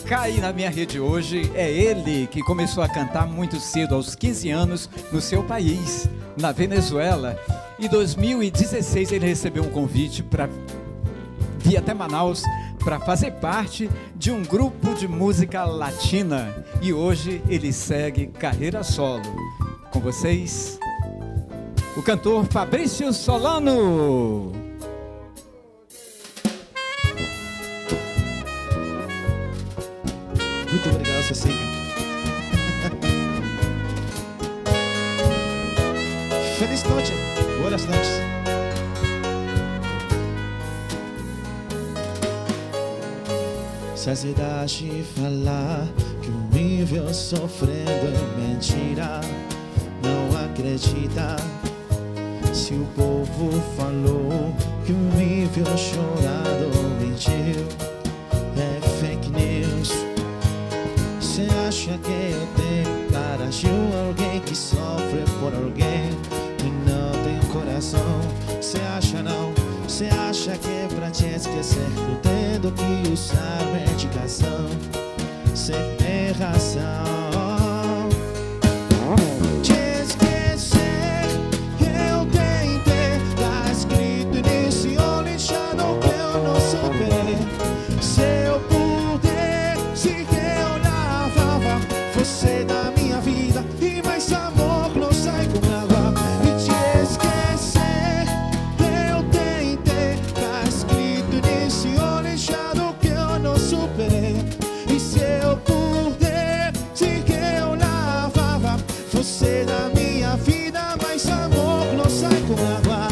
Cai na minha rede hoje é ele que começou a cantar muito cedo, aos 15 anos, no seu país, na Venezuela. Em 2016 ele recebeu um convite para vir até Manaus para fazer parte de um grupo de música latina. E hoje ele segue carreira solo. Com vocês, o cantor Fabrício Solano. Muito obrigado, Cecinha. Feliz noite. Boas noites. Se a cidade falar que o nível sofrendo é mentira, não acredita. Se o povo falou que o nível chorado mentiu, é fake news. Cê acha que eu tenho cara de alguém que sofre por alguém que não tem coração? Cê acha não? Cê acha que é pra te esquecer eu tendo que usar medicação? Cê tem razão. Te esquecer eu tentei, tá escrito nesse olho inchado que eu não superei. Se eu pudesse eu lavava você da minha vida e mais amor não sai com água. E te esquecer eu tentei, tá escrito nesse olho inchado que eu não superei. E se eu pudesse eu lavava você da minha vida, mais amor não sai com água.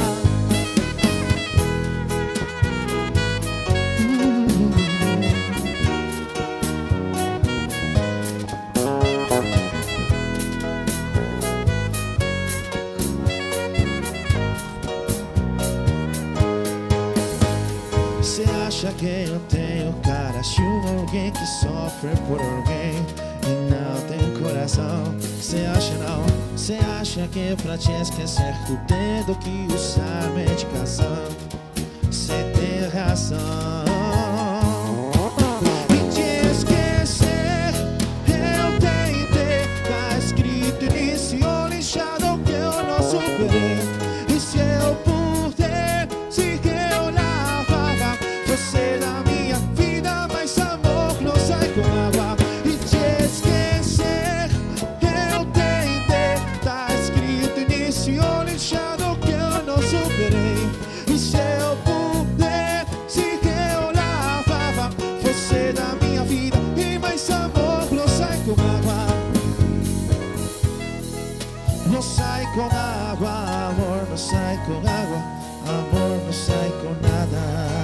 Cê acha que eu tenho cara de alguém que sofre por alguém e não tem coração? Cê acha não? Cê acha que pra te esquecer tu tendo que usar medicação? Cê tem razão. E te esquecer eu tentei, tá escrito nesse olho inchado que eu não superei. E se eu pudesse eu lavava você da minha vida, mas amor não sai com água. E te esquecer eu tentei, tá escrito nesse olho inchado que eu não superei. E se eu pudesse eu lavava você da minha vida e mais amor não sai com água. Não sai com água, amor não sai com água, amor não sai com nada.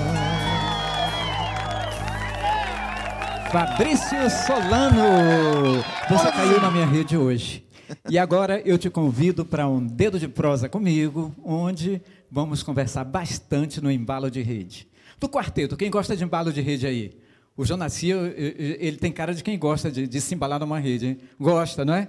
Fabrício Solano, você caiu na minha rede hoje. E agora eu te convido para um Dedo de Prosa comigo, onde vamos conversar bastante no embalo de rede. Do quarteto, quem gosta de embalo de rede aí? O Jonaci, ele tem cara de quem gosta de se embalar numa rede, hein? Gosta, não é?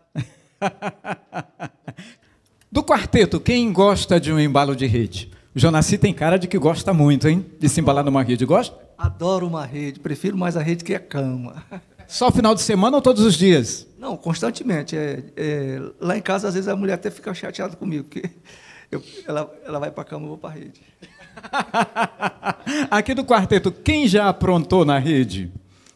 Do quarteto, quem gosta de um embalo de rede? O Jonaci tem cara de que gosta muito, hein? De se embalar numa rede. Gosta? Adoro uma rede, prefiro mais a rede que a cama. Só final de semana ou todos os dias? Não, constantemente. Lá em casa, às vezes, a mulher até fica chateada comigo, porque ela vai para a cama, eu vou para a rede. Aqui do quarteto, quem já aprontou na rede?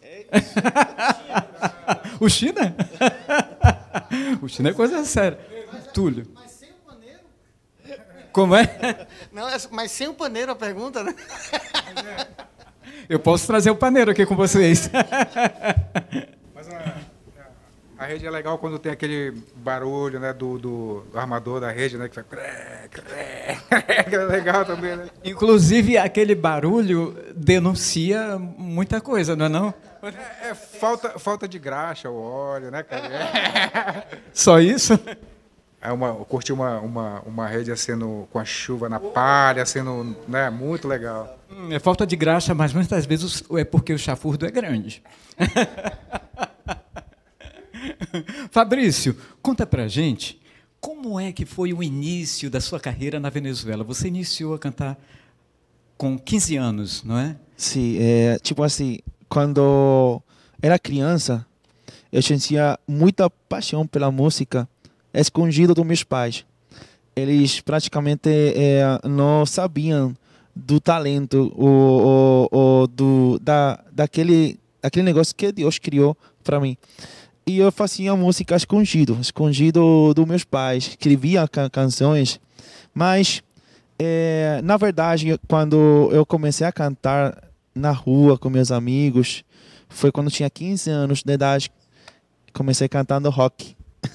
O China? O China é coisa séria. Túlio. Mas sem o paneiro? Como é? Não, mas sem o paneiro a pergunta, né? Eu posso trazer o paneiro aqui com vocês. Mas a rede é legal quando tem aquele barulho, né, do armador da rede, né, que faz... É legal também, né? Inclusive, aquele barulho denuncia muita coisa, não é não? É falta de graxa, o óleo, né, cara? Só isso? Curti uma rede assim com a chuva na palha, sendo, né, muito legal. É falta de graxa, mas muitas vezes é porque o chafurdo é grande. Fabrício, conta pra gente, como é que foi o início da sua carreira na Venezuela? Você iniciou a cantar com 15 anos, não é? Sim, tipo assim, quando era criança, eu sentia muita paixão pela música, escondido dos meus pais. Eles praticamente não sabiam do talento daquele negócio que Deus criou para mim. E eu fazia música escondido dos meus pais, escrevia canções, mas na verdade, quando eu comecei a cantar na rua com meus amigos, foi quando eu tinha 15 anos de idade. Comecei cantando rock.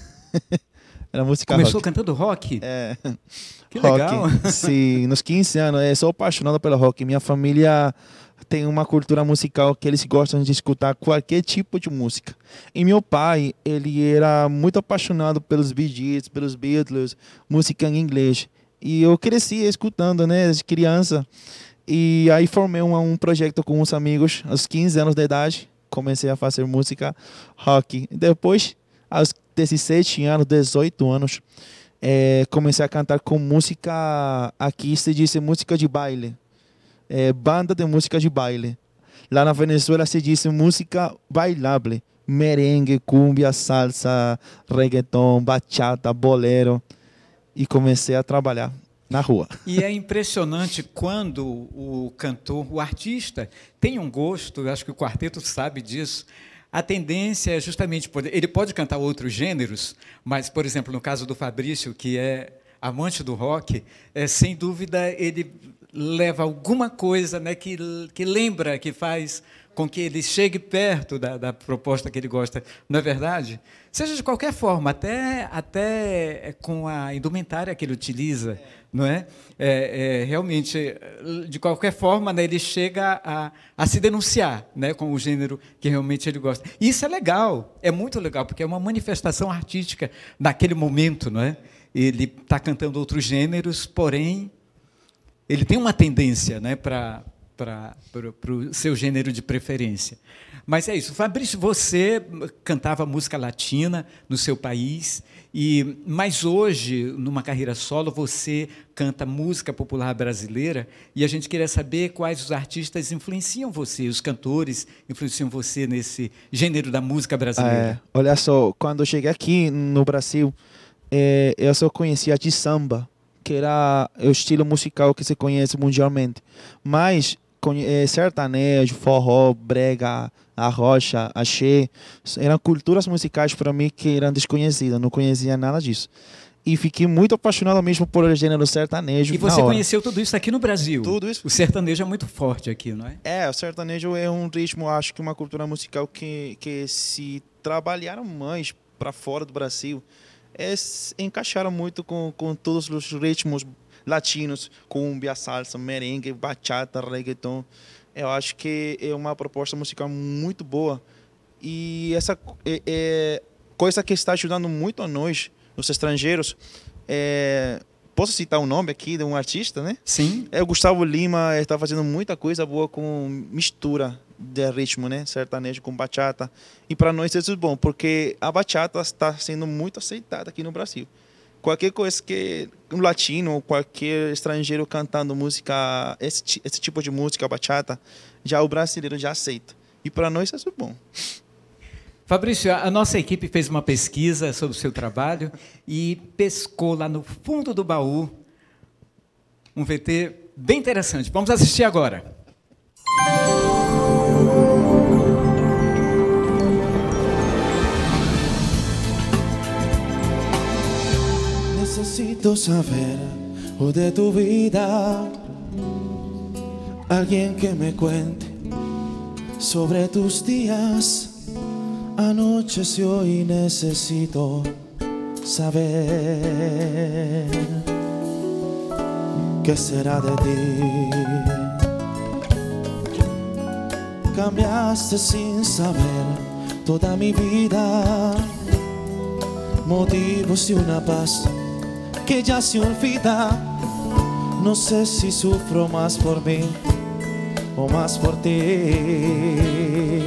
Era música Começou rock. cantando rock? Que rock. legal. Sim, nos 15 anos. Eu sou apaixonado pelo rock. Minha família tem uma cultura musical que eles gostam de escutar qualquer tipo de música. E meu pai, ele era muito apaixonado pelos Bee Gees, pelos Beatles, música em inglês. E eu cresci escutando, né, desde criança. E aí formei um projeto com uns amigos aos 15 anos de idade. Comecei a fazer música rock. Depois, aos 17 anos, 18 anos, comecei a cantar com música, aqui se diz música de baile. Banda de música de baile. Lá na Venezuela se diz música bailable. Merengue, cumbia, salsa, reggaeton, bachata, bolero. E comecei a trabalhar na rua. E é impressionante quando o cantor, o artista, tem um gosto, acho que o quarteto sabe disso. A tendência é justamente, ele pode cantar outros gêneros, mas, por exemplo, no caso do Fabrício, que é amante do rock, sem dúvida ele leva alguma coisa, né, que lembra, que faz com que ele chegue perto da proposta que ele gosta, não é verdade? Seja de qualquer forma, até com a indumentária que ele utiliza, não é? Realmente, de qualquer forma, né, ele chega a se denunciar, né, com o gênero que realmente ele gosta. E isso é legal, é muito legal, porque é uma manifestação artística naquele momento, não é? Ele está cantando outros gêneros, porém, ele tem uma tendência, né, para o seu gênero de preferência. Mas é isso. Fabrício, você cantava música latina no seu país, mas hoje, numa carreira solo, você canta música popular brasileira, e a gente queria saber quais os artistas influenciam você, os cantores influenciam você nesse gênero da música brasileira. Olha só, quando eu cheguei aqui no Brasil, eu só conhecia de samba, que era o estilo musical que se conhece mundialmente. Mas sertanejo, forró, brega, arrocha, axé, eram culturas musicais para mim que eram desconhecidas, não conhecia nada disso. E fiquei muito apaixonado mesmo por o gênero sertanejo. E você conheceu tudo isso aqui no Brasil? Tudo isso. O sertanejo é muito forte aqui, não é? O sertanejo é um ritmo, acho que uma cultura musical que se trabalharam mais para fora do Brasil, encaixaram muito com todos os ritmos latinos, cumbia, salsa, merengue, bachata, reggaeton. Eu acho que é uma proposta musical muito boa e essa coisa que está ajudando muito a nós, os estrangeiros. Posso citar um nome aqui de um artista, né? Sim. O Gustavo Lima está fazendo muita coisa boa com mistura de ritmo, né? Sertanejo com bachata. E para nós isso é bom, porque a bachata está sendo muito aceitada aqui no Brasil. Qualquer coisa que um latino ou qualquer estrangeiro cantando música, esse tipo de música, bachata, já o brasileiro já aceita. E para nós isso é bom. Fabrício, a nossa equipe fez uma pesquisa sobre o seu trabalho e pescou lá no fundo do baú um VT bem interessante. Vamos assistir agora. Necesito saber o de tu vida, alguien que me cuente sobre tus días. Anocheció y necesito saber qué será de ti. Cambiaste sin saber toda mi vida, motivos de una paz que ya se olvida. No sé si sufro más por mí o más por ti.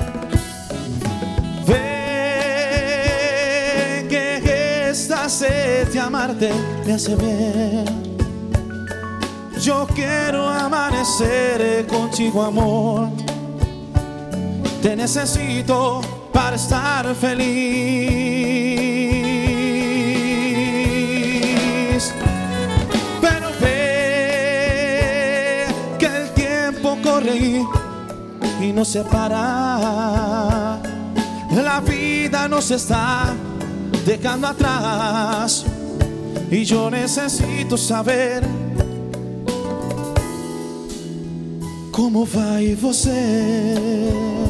Ve que esta sed de amarte me hace bien. Yo quiero amanecer contigo, amor. Te necesito para estar feliz. Pero ve que el tiempo corre y no se para. La vida nos está dejando atrás y yo necesito saber como vai você.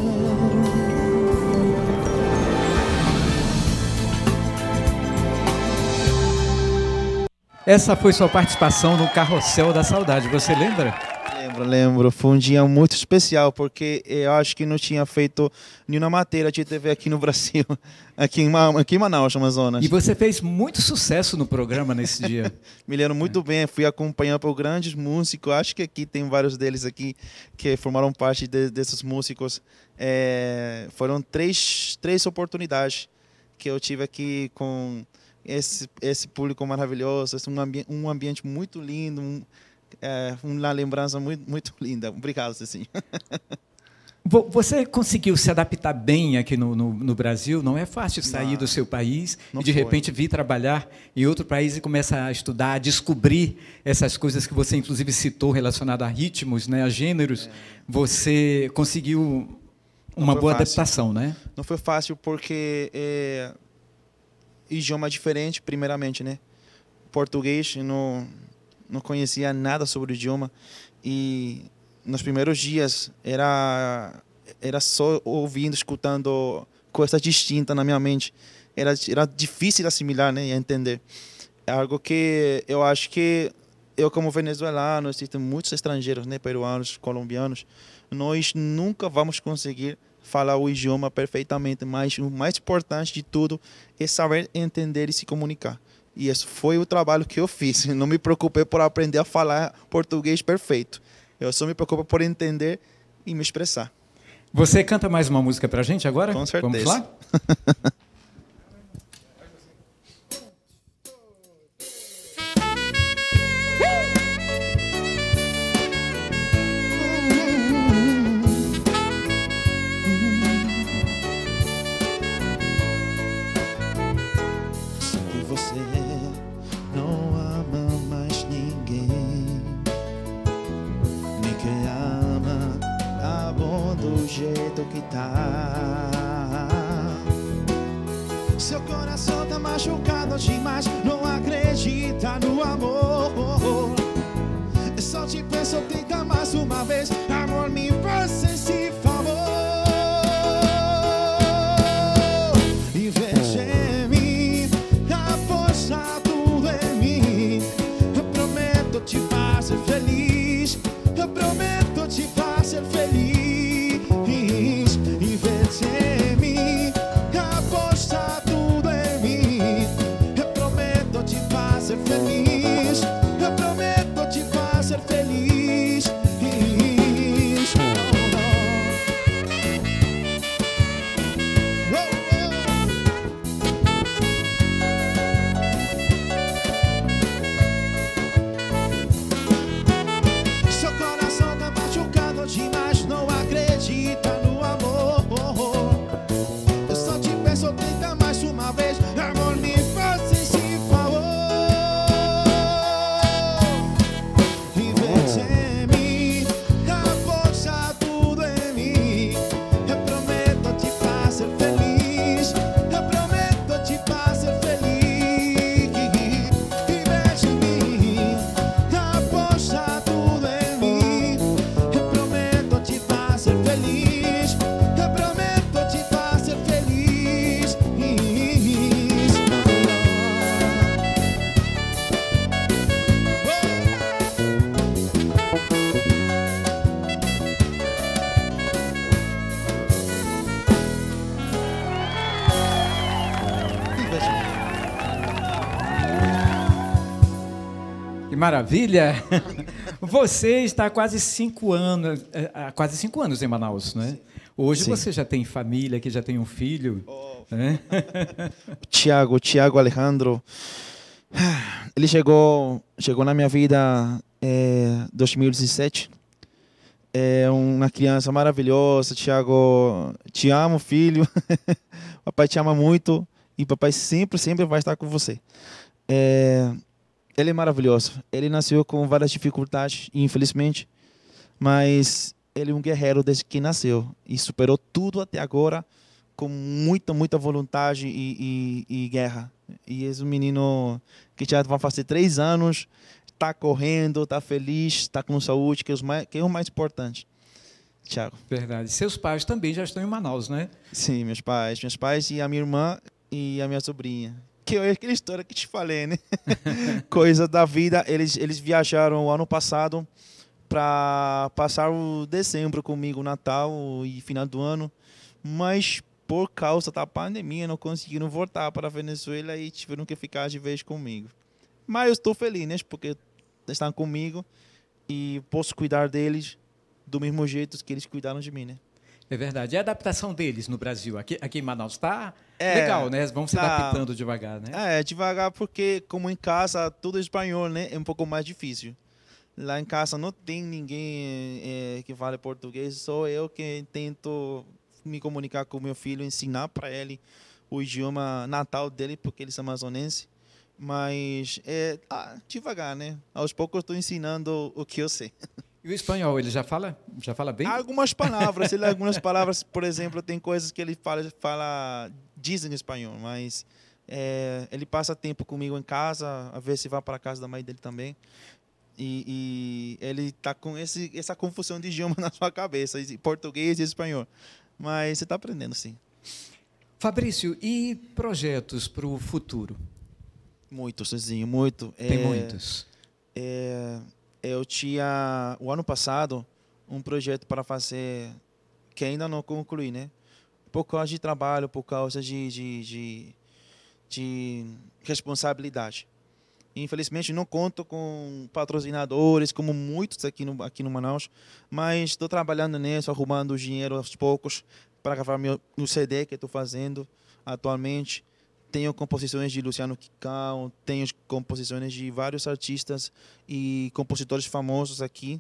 Essa foi sua participação no Carrossel da Saudade, você lembra? Lembro. Foi um dia muito especial, porque eu acho que não tinha feito nenhuma matéria de TV aqui no Brasil, aqui em Manaus, Amazonas. E você fez muito sucesso no programa nesse dia. Me lembro muito bem, fui acompanhado por grandes músicos, acho que aqui tem vários deles aqui que formaram parte desses músicos. Foram três oportunidades que eu tive aqui com esse público maravilhoso, um ambiente muito lindo, uma lembrança muito linda. Obrigado, Cecinho. Você conseguiu se adaptar bem aqui no Brasil? Não é fácil sair do seu país e, de repente, vir trabalhar em outro país e começar a estudar, a descobrir essas coisas que você, inclusive, citou relacionadas a ritmos, né, a gêneros. Você conseguiu uma boa adaptação, né? Não foi fácil porque idioma diferente, primeiramente, né? Português, não conhecia nada sobre o idioma e nos primeiros dias era só ouvindo, escutando coisas distintas na minha mente. Era difícil assimilar, né, e entender. É algo que eu acho que eu, como venezuelano, existem muitos estrangeiros, né, peruanos, colombianos, nós nunca vamos conseguir falar o idioma perfeitamente, mas o mais importante de tudo é saber entender e se comunicar. E esse foi o trabalho que eu fiz. Não me preocupei por aprender a falar português perfeito. Eu só me preocupo por entender e me expressar. Você canta mais uma música pra gente agora? Com certeza. Vamos lá? Que tá. Seu coração tá machucado demais, não acredita no amor. Eu só te peço, tenta mais uma vez, amor, me faça esse favor. Em vez de mim, aposta tudo em mim. Eu prometo te fazer feliz. Eu prometo te fazer feliz. Em mim, aposta tudo em mim. Eu prometo te fazer feliz. Eu prometo te fazer feliz. Seu coração tá machucado demais, não acredita no amor. Eu só te peço, tenta mais uma vez, amor, me faça esse favor. Em vez de mim, aposta tudo em mim. Eu prometo te fazer feliz. Eu prometo te fazer feliz. Em vez de mim, aposta tudo em mim. Eu prometo te fazer feliz. Eu prometo te fazer feliz. Que maravilha! Você está há quase 5 anos em Manaus, não é? Hoje você já tem família, que já tem um filho. Né? Tiago Alejandro, ele chegou na minha vida em 2017. É uma criança maravilhosa. Thiago, te amo, filho. Papai te ama muito e papai sempre, sempre vai estar com você. Ele é maravilhoso. Ele nasceu com várias dificuldades, infelizmente, mas ele é um guerreiro desde que nasceu e superou tudo até agora com muita, muita vontade e guerra. E é um menino que já vai fazer 3 anos, está correndo, está feliz, está com saúde, que é o mais importante. Thiago. Verdade. Seus pais também já estão em Manaus, né? Sim, meus pais e a minha irmã e a minha sobrinha. Que é aquela história que te falei, né? Coisa da vida. Eles viajaram o ano passado para passar o dezembro comigo, Natal e final do ano, mas por causa da pandemia não conseguiram voltar para a Venezuela e tiveram que ficar de vez comigo. Mas eu estou feliz, né? Porque estão comigo e posso cuidar deles do mesmo jeito que eles cuidaram de mim, né? É verdade. E a adaptação deles no Brasil? Aqui em Manaus está legal, né? Vão se adaptando devagar, né? Devagar porque, como em casa, tudo é espanhol, né? É um pouco mais difícil. Lá em casa não tem ninguém que fale português, só eu que tento me comunicar com meu filho, ensinar para ele o idioma natal dele, porque ele é amazonense. Mas devagar, né? Aos poucos eu estou ensinando o que eu sei. E o espanhol, ele já fala bem? Algumas palavras, por exemplo, tem coisas que ele diz em espanhol, mas ele passa tempo comigo em casa, às vezes vai para a casa da mãe dele também. E ele está com essa confusão de idioma na sua cabeça, português e espanhol. Mas você está aprendendo, sim. Fabrício, e projetos para o futuro? Muito, Cezinho, muito. Tem muitos. Eu tinha, o ano passado, um projeto para fazer que ainda não concluí, né? Por causa de trabalho, por causa de responsabilidade. Infelizmente, não conto com patrocinadores, como muitos aqui no Manaus, mas estou trabalhando nisso, arrumando dinheiro aos poucos para gravar meu CD que estou fazendo atualmente. Tenho composições de Luciano Quicão, tenho composições de vários artistas e compositores famosos aqui.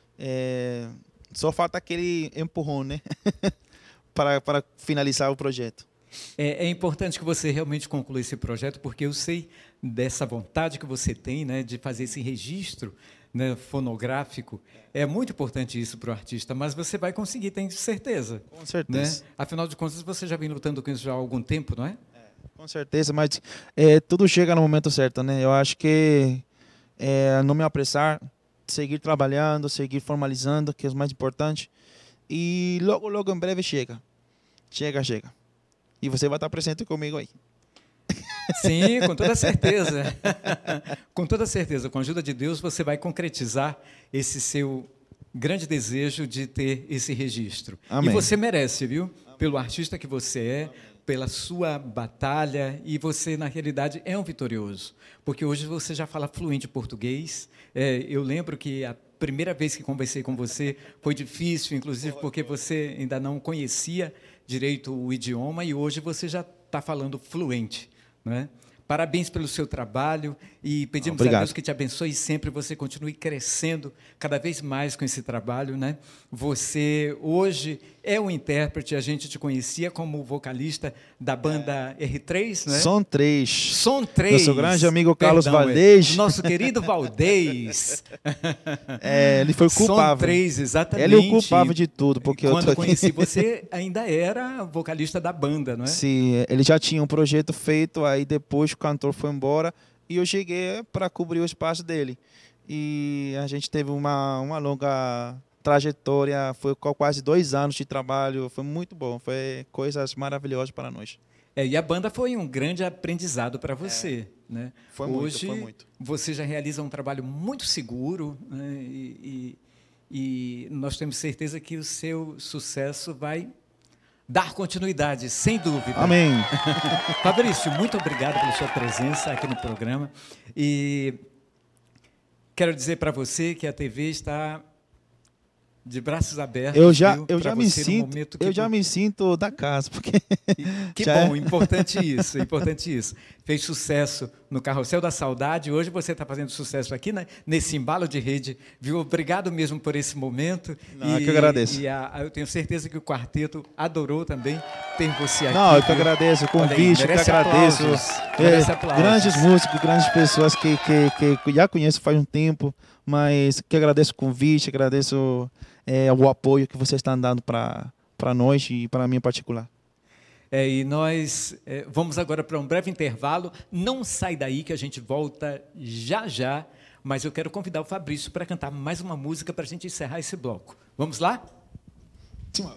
Só falta aquele empurrão, né? para finalizar o projeto. É importante que você realmente conclua esse projeto, porque eu sei dessa vontade que você tem, né, de fazer esse registro, né, fonográfico. É muito importante isso para o artista, mas você vai conseguir, tenho certeza. Com certeza. Né? Afinal de contas, você já vem lutando com isso já há algum tempo, não é? Com certeza, mas tudo chega no momento certo, né? Eu acho que não me apressar, seguir trabalhando, seguir formalizando, que é o mais importante. E logo, logo em breve chega. Chega. E você vai estar presente comigo aí. Sim, com toda certeza. Com toda certeza, com a ajuda de Deus, você vai concretizar esse seu grande desejo de ter esse registro. Amém. E você merece, viu? Amém. Pelo artista que você é, amém, pela sua batalha, e você, na realidade, é um vitorioso. Porque hoje você já fala fluente português. Eu lembro que a primeira vez que conversei com você foi difícil, inclusive porque você ainda não conhecia direito o idioma, e hoje você já está falando fluente, não é? Parabéns pelo seu trabalho e pedimos a Deus que te abençoe e sempre você continue crescendo cada vez mais com esse trabalho, né? Você hoje é um intérprete, a gente te conhecia como vocalista da banda R3, né? Som 3. Som 3. Nosso grande amigo Carlos Valdez. Nosso querido Valdez. Ele foi o culpável. Som 3, exatamente. Ele é o culpável de tudo. Porque quando eu conheci você, ainda era vocalista da banda, não é? Sim, ele já tinha um projeto feito, aí depois o cantor foi embora e eu cheguei para cobrir o espaço dele. E a gente teve uma longa trajetória, foi quase 2 anos de trabalho, foi muito bom, foi coisas maravilhosas para nós. E a banda foi um grande aprendizado para você, né? Hoje, foi muito. Você já realiza um trabalho muito seguro, né? E nós temos certeza que o seu sucesso vai dar continuidade, sem dúvida. Amém. Fabrício, muito obrigado pela sua presença aqui no programa. E quero dizer para você que a TV está de braços abertos. Eu já Pra me você num sinto, momento que eu já me sinto da casa, porque Que já bom, importante isso, importante isso. Fez sucesso no Carrossel da Saudade, hoje você está fazendo sucesso aqui, né, nesse embalo de rede, viu? Obrigado mesmo por esse momento. Não, eu que agradeço. E eu tenho certeza que o quarteto adorou também ter você aqui. Não, eu que viu? agradeço o Olha aí, convite, eu que merece agradeço. aplausos, merece aplausos. Grandes músicos, grandes pessoas que já conheço faz um tempo, mas que agradeço o convite, agradeço o apoio que vocês estão dando para nós e para mim em particular. E nós vamos agora para um breve intervalo. Não sai daí que a gente volta já já, mas eu quero convidar o Fabrício para cantar mais uma música para a gente encerrar esse bloco. Vamos lá? Sim.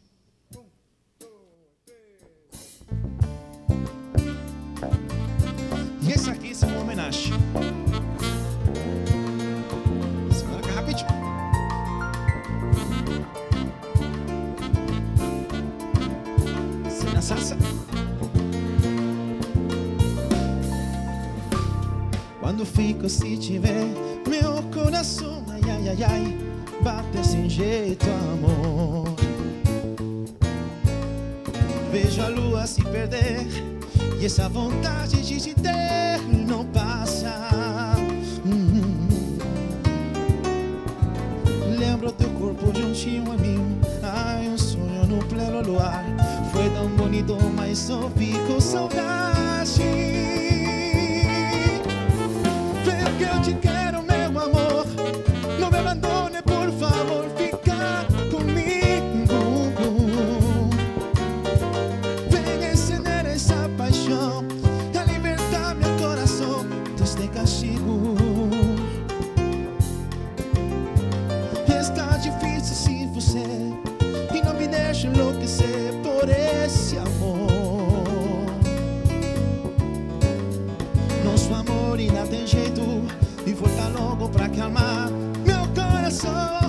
E esse aqui é uma homenagem. Segura cá rapidinho. Sem a salsa. Quando fico se tiver meu coração, ai, ai, ai, ai, bate sem jeito, amor. Vejo a lua se perder e essa vontade de te ter não passa. Lembro teu corpo juntinho a mim, ai, um sonho no pleno luar. Foi tão bonito, mas só fico saudade. Vê que eu te quero, meu amor, não me abandone, por favor, fica comigo. Vem acender essa paixão, a libertar meu coração deste castigo. Está difícil sem você e não me deixe enlouquecer por esse amor. Nosso amor ainda tem jeito e volta logo pra acalmar meu coração.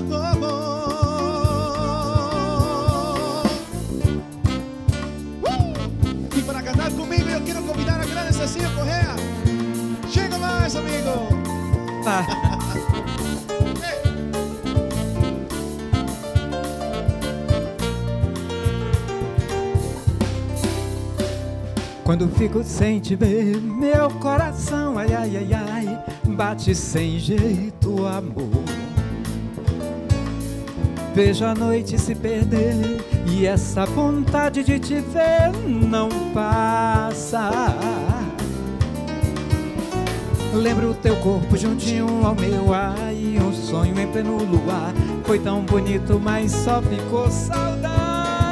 E para cantar comigo eu quero convidar a grande Cecília Correa. Chega mais, amigo. Quando fico sem te ver, meu coração, ai, ai, ai, ai, bate sem jeito, amor. Vejo a noite se perder e essa vontade de te ver não passa. Lembro o teu corpo juntinho ao meu, ai, um sonho em pleno luar. Foi tão bonito, mas só ficou saudade.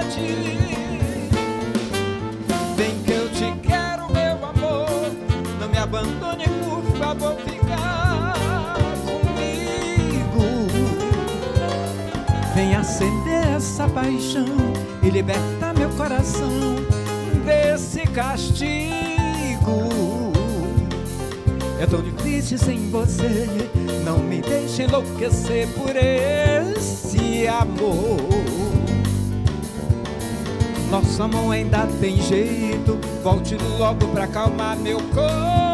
Vem que eu te quero, meu amor, não me abandone, por favor, fica comigo. Vem acender essa paixão e libertar meu coração desse castigo. É tão difícil sem você, não me deixe enlouquecer por esse amor. Nosso amor ainda tem jeito, volte logo pra acalmar meu coração.